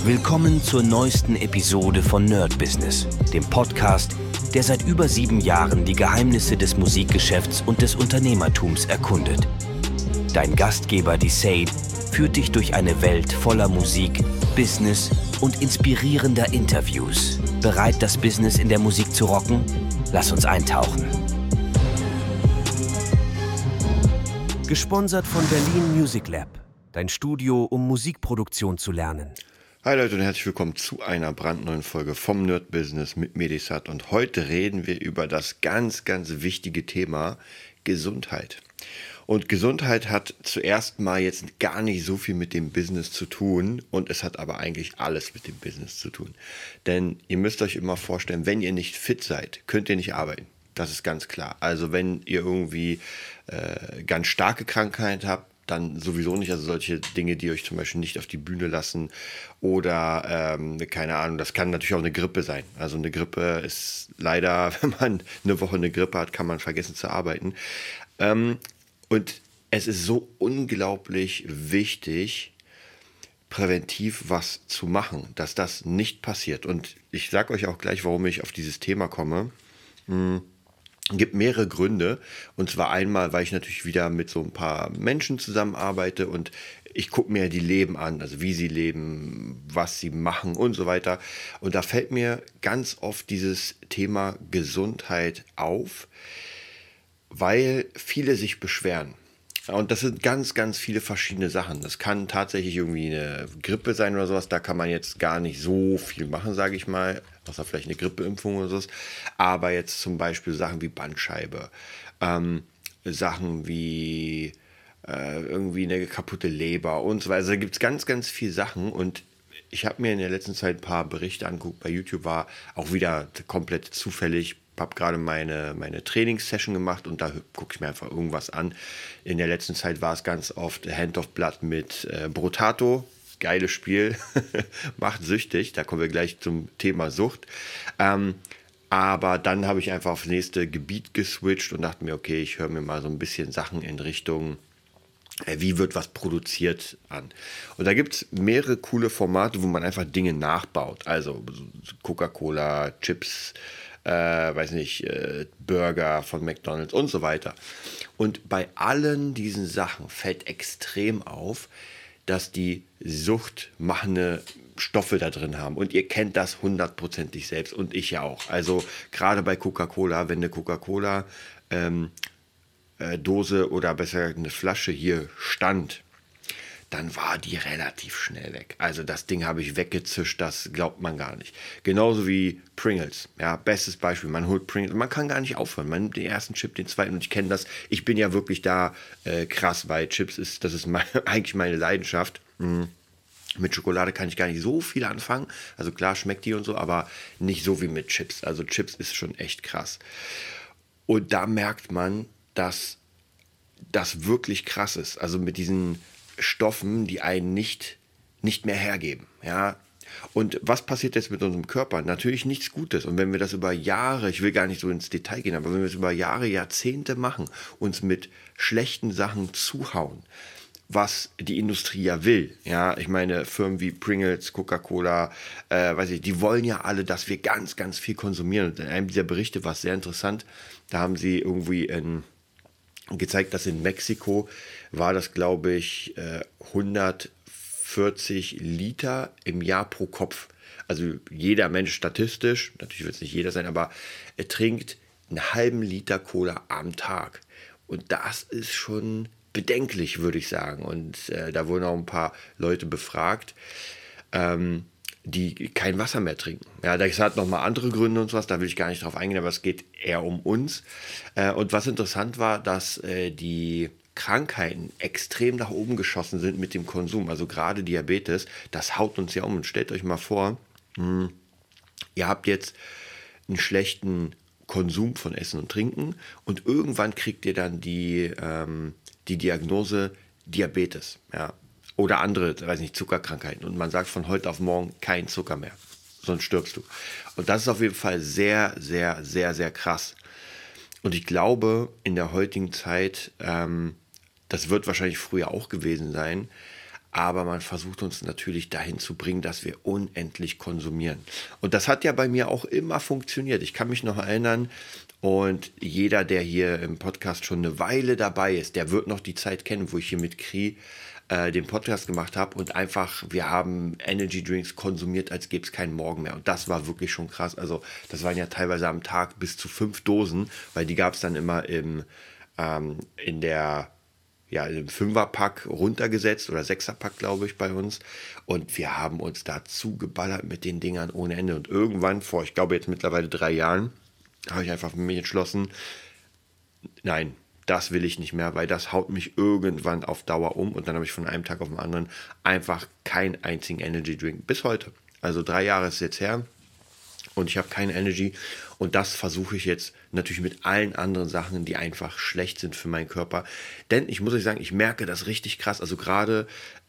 Willkommen zur neuesten Episode von Nerd Business, dem Podcast, der seit über 7 Jahren die Geheimnisse des Musikgeschäfts und des Unternehmertums erkundet. Dein Gastgeber Desaid führt dich durch eine Welt voller Musik, Business und inspirierender Interviews. Bereit, das Business in der Musik zu rocken? Lass uns eintauchen. Gesponsert von Berlin Music Lab, dein Studio, um Musikproduktion zu lernen. Hi Leute und herzlich willkommen zu einer brandneuen Folge vom Nerd Business mit mir, Desaid. Und heute reden wir über das ganz, ganz wichtige Thema Gesundheit. Und Gesundheit hat zuerst mal jetzt gar nicht so viel mit dem Business zu tun und es hat aber eigentlich alles mit dem Business zu tun. Denn ihr müsst euch immer vorstellen, wenn ihr nicht fit seid, könnt ihr nicht arbeiten. Das ist ganz klar. Also wenn ihr irgendwie ganz starke Krankheit habt, dann sowieso nicht, also solche Dinge, die euch zum Beispiel nicht auf die Bühne lassen oder, keine Ahnung, das kann natürlich auch eine Grippe sein. Also eine Grippe ist leider, wenn man eine Woche eine Grippe hat, kann man vergessen zu arbeiten. Und es ist so unglaublich wichtig, präventiv was zu machen, dass das nicht passiert. Und ich sage euch auch gleich, warum ich auf dieses Thema komme. Gibt mehrere Gründe, und zwar einmal, weil ich natürlich wieder mit so ein paar Menschen zusammenarbeite und ich gucke mir die Leben an, also wie sie leben, was sie machen und so weiter. Und da fällt mir ganz oft dieses Thema Gesundheit auf, weil viele sich beschweren. Und das sind ganz, ganz viele verschiedene Sachen. Das kann tatsächlich irgendwie eine Grippe sein oder sowas. Da kann man jetzt gar nicht so viel machen, sage ich mal. Außer vielleicht eine Grippeimpfung oder sowas. Aber jetzt zum Beispiel Sachen wie Bandscheibe. Sachen wie irgendwie eine kaputte Leber und so weiter. Also da gibt es ganz, ganz viele Sachen. Und ich habe mir in der letzten Zeit ein paar Berichte angeguckt. Bei YouTube war auch wieder komplett zufällig. Ich habe gerade meine Trainingssession gemacht und da gucke ich mir einfach irgendwas an. In der letzten Zeit war es ganz oft Hand of Blood mit Brotato. Geiles Spiel, macht süchtig. Da kommen wir gleich zum Thema Sucht. Aber dann habe ich einfach aufs nächste Gebiet geswitcht und dachte mir, okay, ich höre mir mal so ein bisschen Sachen in Richtung, wie wird was produziert an. Und da gibt es mehrere coole Formate, wo man einfach Dinge nachbaut. Also Coca-Cola, Chips, Burger von McDonald's und so weiter. Und bei allen diesen Sachen fällt extrem auf, dass die suchtmachende Stoffe da drin haben. Und ihr kennt das hundertprozentig selbst und ich ja auch. Also gerade bei Coca-Cola, wenn eine Coca-Cola Dose oder besser eine Flasche hier stand, dann war die relativ schnell weg. Also das Ding habe ich weggezischt, das glaubt man gar nicht. Genauso wie Pringles. Ja, bestes Beispiel. Man holt Pringles, man kann gar nicht aufhören. Man nimmt den ersten Chip, den zweiten und ich kenne das. Ich bin ja wirklich da krass, weil Chips das ist eigentlich meine Leidenschaft. Mit Schokolade kann ich gar nicht so viel anfangen. Also klar schmeckt die und so, aber nicht so wie mit Chips. Also Chips ist schon echt krass. Und da merkt man, dass das wirklich krass ist. Also mit diesen Stoffen, die einen nicht mehr hergeben. Ja? Und was passiert jetzt mit unserem Körper? Natürlich nichts Gutes. Und wenn wir das über Jahre, ich will gar nicht so ins Detail gehen, aber wenn wir es über Jahre, Jahrzehnte machen, uns mit schlechten Sachen zuhauen, was die Industrie ja will. Ja, ich meine, Firmen wie Pringles, Coca-Cola, die wollen ja alle, dass wir ganz, ganz viel konsumieren. Und in einem dieser Berichte war es sehr interessant. Da haben sie irgendwie gezeigt, dass in Mexiko war das, glaube ich, 140 Liter im Jahr pro Kopf. Also jeder Mensch statistisch, natürlich wird es nicht jeder sein, aber er trinkt einen halben Liter Cola am Tag. Und das ist schon bedenklich, würde ich sagen. Und da wurden auch ein paar Leute befragt, die kein Wasser mehr trinken. Ja, das hat nochmal andere Gründe und sowas, da will ich gar nicht drauf eingehen, aber es geht eher um uns. Und was interessant war, dass die Krankheiten extrem nach oben geschossen sind mit dem Konsum. Also gerade Diabetes, das haut uns ja um. Und stellt euch mal vor, ihr habt jetzt einen schlechten Konsum von Essen und Trinken und irgendwann kriegt ihr dann die Diagnose Diabetes, ja. Oder andere, Zuckerkrankheiten. Und man sagt von heute auf morgen kein Zucker mehr. Sonst stirbst du. Und das ist auf jeden Fall sehr, sehr, sehr, sehr krass. Und ich glaube, in der heutigen Zeit, das wird wahrscheinlich früher auch gewesen sein, aber man versucht uns natürlich dahin zu bringen, dass wir unendlich konsumieren. Und das hat ja bei mir auch immer funktioniert. Ich kann mich noch erinnern, und jeder, der hier im Podcast schon eine Weile dabei ist, der wird noch die Zeit kennen, wo ich hier mit Kri den Podcast gemacht habe und einfach, wir haben Energy Drinks konsumiert, als gäbe es keinen Morgen mehr. Und das war wirklich schon krass. Also das waren ja teilweise am Tag bis zu 5 Dosen, weil die gab es dann immer im 5er-Pack runtergesetzt oder 6er-Pack, glaube ich, bei uns. Und wir haben uns dazu geballert mit den Dingern ohne Ende. Und irgendwann, vor, ich glaube jetzt mittlerweile 3 Jahren, habe ich einfach für mich entschlossen, nein, das will ich nicht mehr, weil das haut mich irgendwann auf Dauer um. Und dann habe ich von einem Tag auf den anderen einfach keinen einzigen Energy Drink bis heute. Also 3 Jahre ist jetzt her und ich habe keine Energy. Und das versuche ich jetzt natürlich mit allen anderen Sachen, die einfach schlecht sind für meinen Körper. Denn ich muss euch sagen, ich merke das richtig krass. Also gerade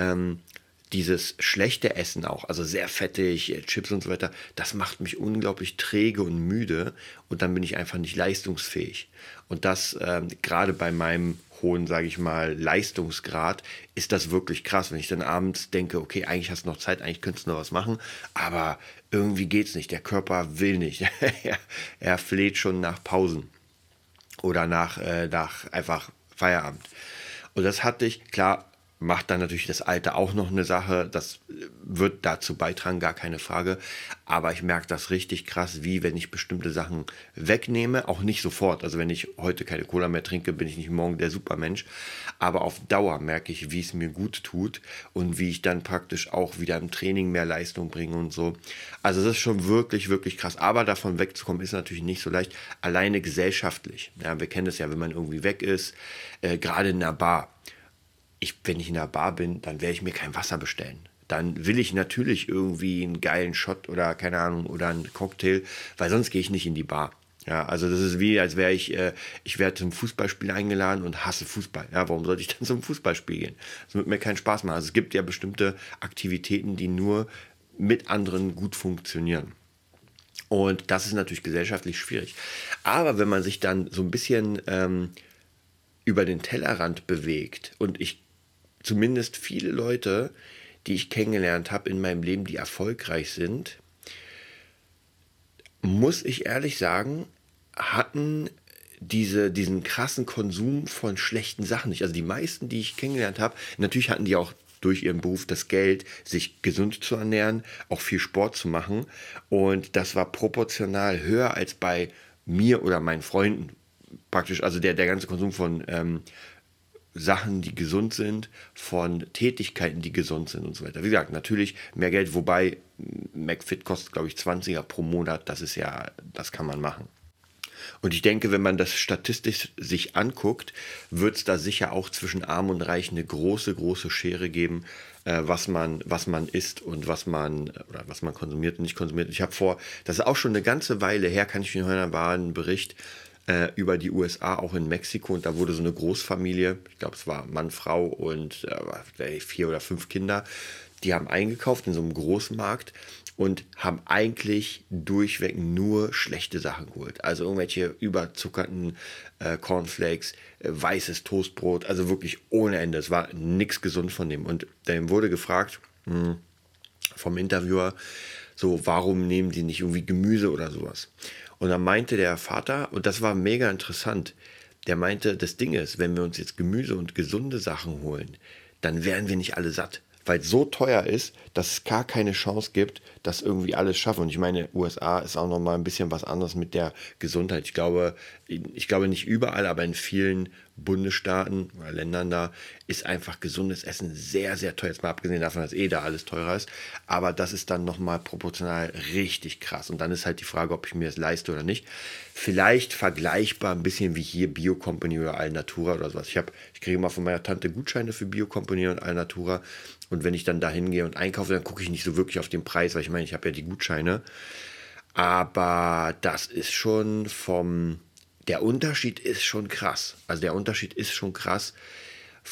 dieses schlechte Essen auch, also sehr fettig, Chips und so weiter, das macht mich unglaublich träge und müde und dann bin ich einfach nicht leistungsfähig. Und das gerade bei meinem hohen, sage ich mal, Leistungsgrad ist das wirklich krass, wenn ich dann abends denke, okay, eigentlich hast du noch Zeit, eigentlich könntest du noch was machen, aber irgendwie geht's nicht, der Körper will nicht. Er fleht schon nach Pausen oder nach einfach Feierabend. Und das hatte ich, klar, macht dann natürlich das Alter auch noch eine Sache, das wird dazu beitragen, gar keine Frage, aber ich merke das richtig krass, wie wenn ich bestimmte Sachen wegnehme, auch nicht sofort, also wenn ich heute keine Cola mehr trinke, bin ich nicht morgen der Supermensch, aber auf Dauer merke ich, wie es mir gut tut und wie ich dann praktisch auch wieder im Training mehr Leistung bringe und so. Also das ist schon wirklich, wirklich krass, aber davon wegzukommen ist natürlich nicht so leicht, alleine gesellschaftlich. Ja, wir kennen das ja, wenn man irgendwie weg ist, gerade in einer Bar. Wenn ich in der Bar bin, dann werde ich mir kein Wasser bestellen. Dann will ich natürlich irgendwie einen geilen Shot oder keine Ahnung oder einen Cocktail, weil sonst gehe ich nicht in die Bar. Ja, also das ist wie, als wäre ich werde zum Fußballspiel eingeladen und hasse Fußball. Ja, warum sollte ich dann zum Fußballspiel gehen? Das wird mir keinen Spaß machen. Also es gibt ja bestimmte Aktivitäten, die nur mit anderen gut funktionieren. Und das ist natürlich gesellschaftlich schwierig. Aber wenn man sich dann so ein bisschen über den Tellerrand bewegt und ich zumindest viele Leute, die ich kennengelernt habe in meinem Leben, die erfolgreich sind, muss ich ehrlich sagen, hatten diesen krassen Konsum von schlechten Sachen nicht. Also die meisten, die ich kennengelernt habe, natürlich hatten die auch durch ihren Beruf das Geld, sich gesund zu ernähren, auch viel Sport zu machen. Und das war proportional höher als bei mir oder meinen Freunden. Praktisch, also der ganze Konsum von Sachen, die gesund sind, von Tätigkeiten, die gesund sind und so weiter. Wie gesagt, natürlich mehr Geld, wobei McFit kostet, glaube ich, 20er pro Monat. Das ist ja, das kann man machen. Und ich denke, wenn man das statistisch sich anguckt, wird es da sicher auch zwischen Arm und Reich eine große, große Schere geben, was man isst und was man konsumiert und nicht konsumiert. Ich habe das ist auch schon eine ganze Weile her, kann ich mich noch erinnern, war ein Bericht über die USA, auch in Mexiko, und da wurde so eine Großfamilie, ich glaube es war Mann, Frau und 4 oder 5 Kinder, die haben eingekauft in so einem Großmarkt und haben eigentlich durchweg nur schlechte Sachen geholt. Also irgendwelche überzuckerten Cornflakes, weißes Toastbrot, also wirklich ohne Ende. Es war nichts gesund von dem. Und dann wurde gefragt vom Interviewer, so, warum nehmen die nicht irgendwie Gemüse oder sowas? Und dann meinte der Vater, und das war mega interessant, der meinte, das Ding ist, wenn wir uns jetzt Gemüse und gesunde Sachen holen, dann werden wir nicht alle satt. Weil es so teuer ist, dass es gar keine Chance gibt, dass irgendwie alles schaffen. Und ich meine, USA ist auch nochmal ein bisschen was anderes mit der Gesundheit. Ich glaube nicht überall, aber in vielen Bundesstaaten oder Ländern da ist einfach gesundes Essen sehr, sehr teuer. Jetzt mal abgesehen davon, dass da alles teurer ist. Aber das ist dann nochmal proportional richtig krass. Und dann ist halt die Frage, ob ich mir das leiste oder nicht. Vielleicht vergleichbar ein bisschen wie hier Bio Company oder Alnatura oder sowas. Ich kriege mal von meiner Tante Gutscheine für Bio Company und Alnatura. Und wenn ich dann da hingehe und einkaufe, dann gucke ich nicht so wirklich auf den Preis, weil ich meine, ich habe ja die Gutscheine. Aber das ist schon der Unterschied ist schon krass. Also der Unterschied ist schon krass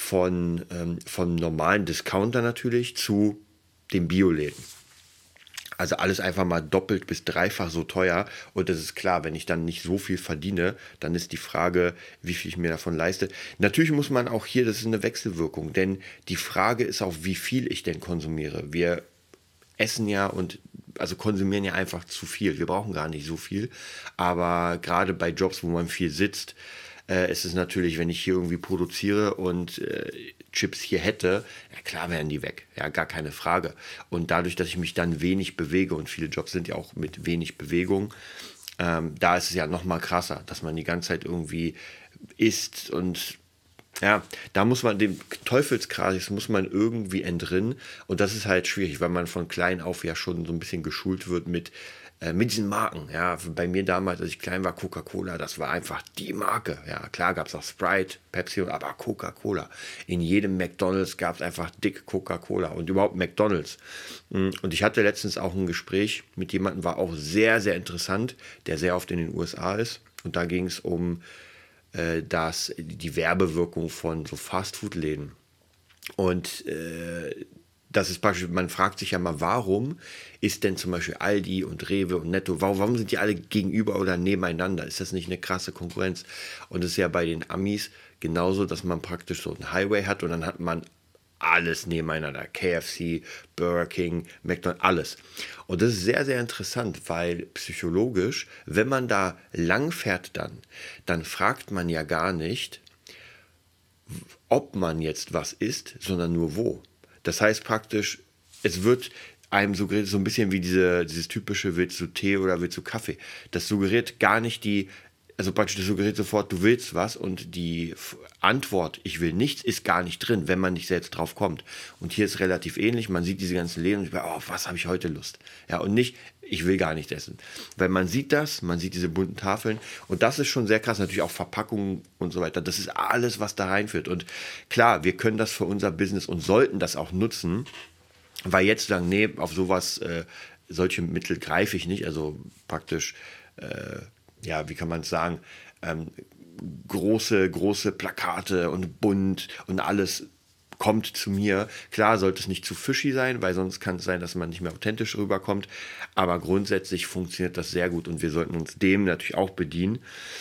vom normalen Discounter natürlich zu den Bioläden. Also alles einfach mal doppelt bis dreifach so teuer. Und das ist klar, wenn ich dann nicht so viel verdiene, dann ist die Frage, wie viel ich mir davon leiste. Natürlich muss man auch hier, das ist eine Wechselwirkung, denn die Frage ist auch, wie viel ich denn konsumiere. Wir essen ja also konsumieren ja einfach zu viel. Wir brauchen gar nicht so viel. Aber gerade bei Jobs, wo man viel sitzt, ist es natürlich, wenn ich hier irgendwie produziere und Chips hier hätte, ja klar wären die weg, ja gar keine Frage. Und dadurch, dass ich mich dann wenig bewege und viele Jobs sind ja auch mit wenig Bewegung, da ist es ja noch mal krasser, dass man die ganze Zeit irgendwie isst und ja, da muss man dem Teufelskreis muss man irgendwie entrinnen und das ist halt schwierig, weil man von klein auf ja schon so ein bisschen geschult wird mit diesen Marken. Ja, bei mir damals, als ich klein war, Coca-Cola, das war einfach die Marke. Ja, klar gab es auch Sprite, Pepsi, aber Coca-Cola. In jedem McDonald's gab es einfach dick Coca-Cola und überhaupt McDonald's. Und ich hatte letztens auch ein Gespräch mit jemandem, war auch sehr, sehr interessant, der sehr oft in den USA ist. Und da ging es um die Werbewirkung von so Fastfood-Läden. Und das ist praktisch, man fragt sich ja mal, warum ist denn zum Beispiel Aldi und Rewe und Netto, warum sind die alle gegenüber oder nebeneinander? Ist das nicht eine krasse Konkurrenz? Und es ist ja bei den Amis genauso, dass man praktisch so einen Highway hat und dann hat man alles nebeneinander. KFC, Burger King, McDonald's, alles. Und das ist sehr, sehr interessant, weil psychologisch, wenn man da lang fährt dann fragt man ja gar nicht, ob man jetzt was isst, sondern nur wo. Das heißt praktisch, es wird einem suggeriert, so ein bisschen wie dieses typische, willst du Tee oder willst du Kaffee? Das suggeriert gar nicht also praktisch das suggeriert sofort, du willst was und die Antwort, ich will nichts, ist gar nicht drin, wenn man nicht selbst drauf kommt. Und hier ist relativ ähnlich, man sieht diese ganzen Läden und ich denke, auf was habe ich heute Lust? Ja, und nicht, ich will gar nicht essen. Weil man sieht diese bunten Tafeln und das ist schon sehr krass, natürlich auch Verpackungen und so weiter. Das ist alles, was da reinführt. Und klar, wir können das für unser Business und sollten das auch nutzen, weil jetzt sagen, nee, auf sowas, solche Mittel greife ich nicht, also praktisch, ja, wie kann man es sagen, große Plakate und bunt und alles kommt zu mir. Klar sollte es nicht zu fishy sein, weil sonst kann es sein, dass man nicht mehr authentisch rüberkommt, aber grundsätzlich funktioniert das sehr gut und wir sollten uns dem natürlich auch bedienen.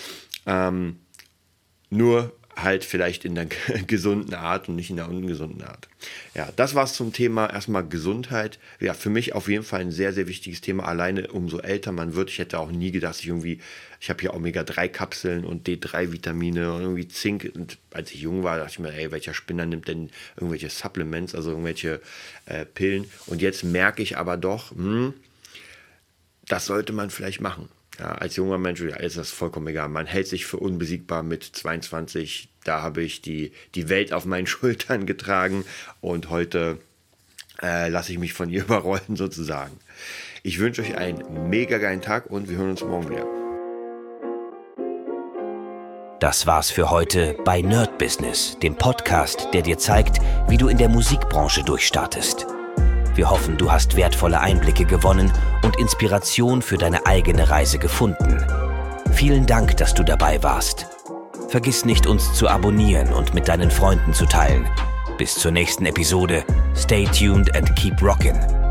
Nur halt vielleicht in der gesunden Art und nicht in der ungesunden Art. Ja, das war's zum Thema erstmal Gesundheit. Ja, für mich auf jeden Fall ein sehr, sehr wichtiges Thema. Alleine umso älter man wird. Ich hätte auch nie gedacht, ich habe hier Omega-3-Kapseln und D3-Vitamine und irgendwie Zink. Und als ich jung war, dachte ich mir, ey, welcher Spinner nimmt denn irgendwelche Supplements, also irgendwelche Pillen? Und jetzt merke ich aber doch, das sollte man vielleicht machen. Ja, als junger Mensch ist das vollkommen egal. Man hält sich für unbesiegbar mit 22. Da habe ich die Welt auf meinen Schultern getragen und heute lasse ich mich von ihr überrollen sozusagen. Ich wünsche euch einen mega geilen Tag und wir hören uns morgen wieder. Das war's für heute bei Nerd Business, dem Podcast, der dir zeigt, wie du in der Musikbranche durchstartest. Wir hoffen, du hast wertvolle Einblicke gewonnen und Inspiration für deine eigene Reise gefunden. Vielen Dank, dass du dabei warst. Vergiss nicht, uns zu abonnieren und mit deinen Freunden zu teilen. Bis zur nächsten Episode. Stay tuned and keep rockin'.